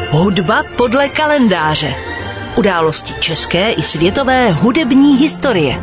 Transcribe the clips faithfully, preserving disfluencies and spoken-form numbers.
Hudba podle kalendáře. Události české i světové hudební historie.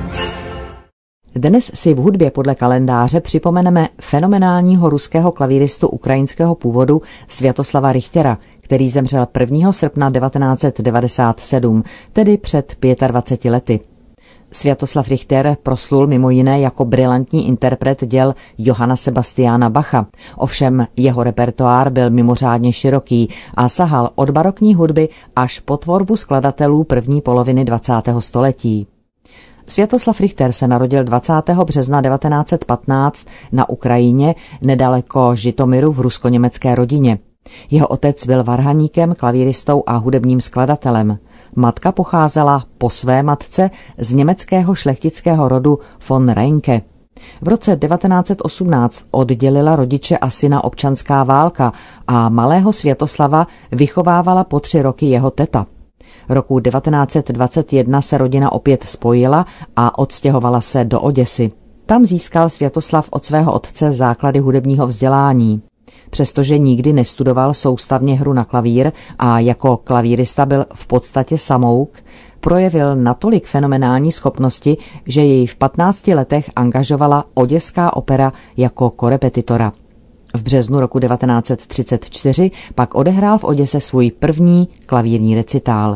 Dnes si v hudbě podle kalendáře připomeneme fenomenálního ruského klavíristu ukrajinského původu Sviatoslava Richtera, který zemřel prvního srpna devatenáct set devadesát sedm, tedy před dvaceti pěti lety. Sviatoslav Richter proslul mimo jiné jako brilantní interpret děl Johanna Sebastiana Bacha. Ovšem jeho repertoár byl mimořádně široký a sahal od barokní hudby až po tvorbu skladatelů první poloviny dvacátého století. Sviatoslav Richter se narodil dvacátého března devatenáct set patnáct na Ukrajině nedaleko Žitomiru v rusko-německé rodině. Jeho otec byl varhaníkem, klavíristou a hudebním skladatelem. Matka pocházela po své matce z německého šlechtického rodu von Reinke. V roce devatenáct set osmnáct oddělila rodiče a syna občanská válka a malého Sviatoslava vychovávala po tři roky jeho teta. Roku devatenáct set dvacet jedna se rodina opět spojila a odstěhovala se do Oděsy. Tam získal Sviatoslav od svého otce základy hudebního vzdělání. Přestože nikdy nestudoval soustavně hru na klavír a jako klavírista byl v podstatě samouk, projevil natolik fenomenální schopnosti, že jej v patnácti letech angažovala Oděská opera jako korepetitora. V březnu roku devatenáct set třicet čtyři pak odehrál v Oděse svůj první klavírní recitál.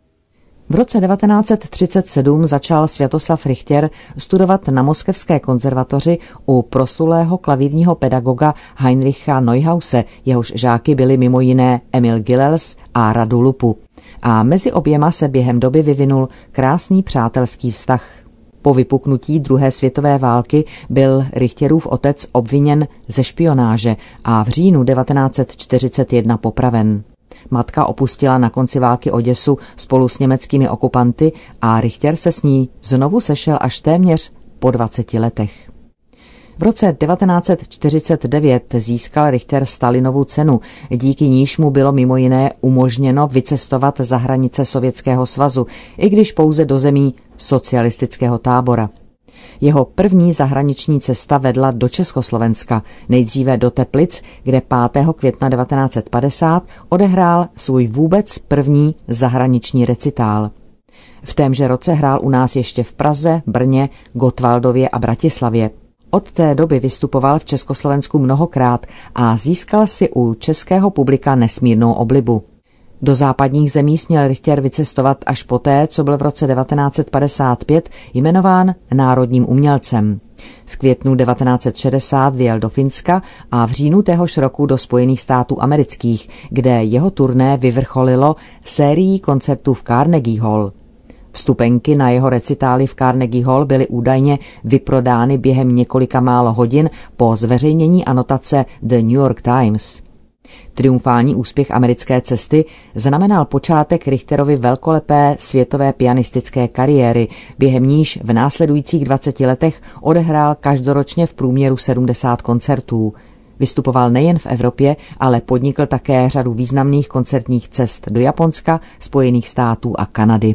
V roce devatenáct set třicet sedm začal Sviatoslav Richter studovat na Moskevské konzervatoři u proslulého klavírního pedagoga Heinricha Neuhause, jehož žáky byli mimo jiné Emil Gilels a Radu Lupu. A mezi oběma se během doby vyvinul krásný přátelský vztah. Po vypuknutí druhé světové války byl Richterův otec obviněn ze špionáže a v říjnu devatenáct set čtyřicet jedna popraven. Matka opustila na konci války Oděsu spolu s německými okupanty a Richter se s ní znovu sešel až téměř po dvaceti letech. V roce devatenáct set čtyřicet devět získal Richter Stalinovu cenu, díky níž mu bylo mimo jiné umožněno vycestovat za hranice Sovětského svazu, i když pouze do zemí socialistického tábora. Jeho první zahraniční cesta vedla do Československa, nejdříve do Teplic, kde pátého května devatenáct set padesát odehrál svůj vůbec první zahraniční recitál. V témže roce hrál u nás ještě v Praze, Brně, Gotwaldově a Bratislavě. Od té doby vystupoval v Československu mnohokrát a získal si u českého publika nesmírnou oblibu. Do západních zemí směl Richter vycestovat až poté, co byl v roce devatenáct set padesát pět jmenován národním umělcem. V květnu devatenáct set šedesát vyjel do Finska a v říjnu téhož roku do Spojených států amerických, kde jeho turné vyvrcholilo sérií koncertů v Carnegie Hall. Vstupenky na jeho recitály v Carnegie Hall byly údajně vyprodány během několika málo hodin po zveřejnění anotace The New York Times. Triumfální úspěch americké cesty znamenal počátek Richterovy velkolepé světové pianistické kariéry, během níž v následujících dvaceti letech odehrál každoročně v průměru sedmdesát koncertů. Vystupoval nejen v Evropě, ale podnikl také řadu významných koncertních cest do Japonska, Spojených států a Kanady.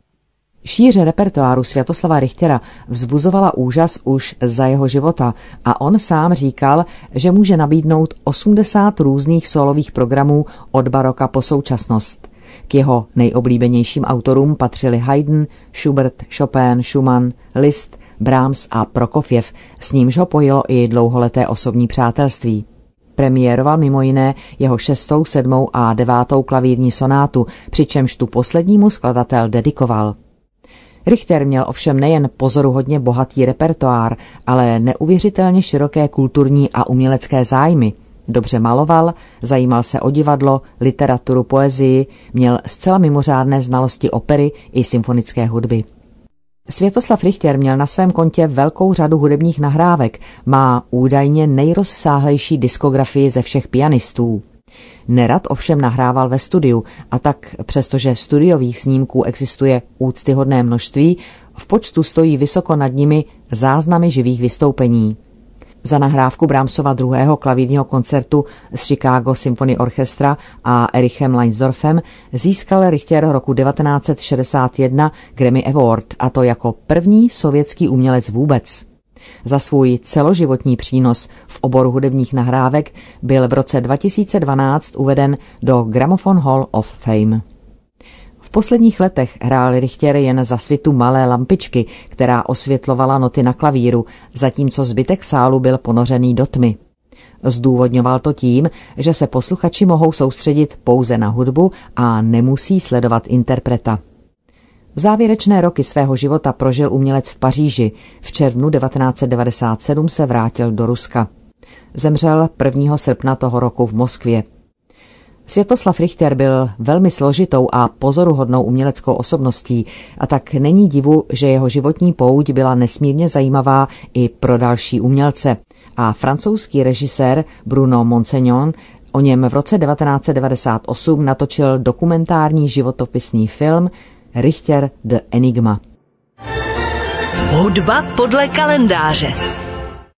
Šíře repertoáru Sviatoslava Richtera vzbuzovala úžas už za jeho života a on sám říkal, že může nabídnout osmdesát různých sólových programů od baroka po současnost. K jeho nejoblíbenějším autorům patřili Haydn, Schubert, Chopin, Schumann, Liszt, Brahms a Prokofjev, s nímž ho pojilo i dlouholeté osobní přátelství. Premiéroval mimo jiné jeho šestou, sedmou a devátou klavírní sonátu, přičemž tu poslednímu skladatel dedikoval. Richter měl ovšem nejen pozoruhodně bohatý repertoár, ale neuvěřitelně široké kulturní a umělecké zájmy. Dobře maloval, zajímal se o divadlo, literaturu, poezii, měl zcela mimořádné znalosti opery i symfonické hudby. Sviatoslav Richter měl na svém kontě velkou řadu hudebních nahrávek, má údajně nejrozsáhlejší diskografii ze všech pianistů. Nerad ovšem nahrával ve studiu a tak, přestože studiových snímků existuje úctyhodné množství, v počtu stojí vysoko nad nimi záznamy živých vystoupení. Za nahrávku Brahmsova druhého klavírního koncertu z Chicago Symphony Orchestra a Erichem Leinsdorfem získal Richter roku devatenáct set šedesát jedna Grammy Award, a to jako první sovětský umělec vůbec. Za svůj celoživotní přínos v oboru hudebních nahrávek byl v roce dva tisíce dvanáct uveden do Gramophone Hall of Fame. V posledních letech hrál Richter jen za svitu Malé lampičky, která osvětlovala noty na klavíru, zatímco zbytek sálu byl ponořený do tmy. Zdůvodňoval to tím, že se posluchači mohou soustředit pouze na hudbu a nemusí sledovat interpreta. Závěrečné roky svého života prožil umělec v Paříži. V červnu devatenáct set devadesát sedm se vrátil do Ruska. Zemřel prvního srpna toho roku v Moskvě. Světoslav Richter byl velmi složitou a pozoruhodnou uměleckou osobností, a tak není divu, že jeho životní pouť byla nesmírně zajímavá i pro další umělce. A francouzský režisér Bruno Monseignon o něm v roce devatenáct set devadesát osm natočil dokumentární životopisný film Richter the Enigma. Hudba podle kalendáře.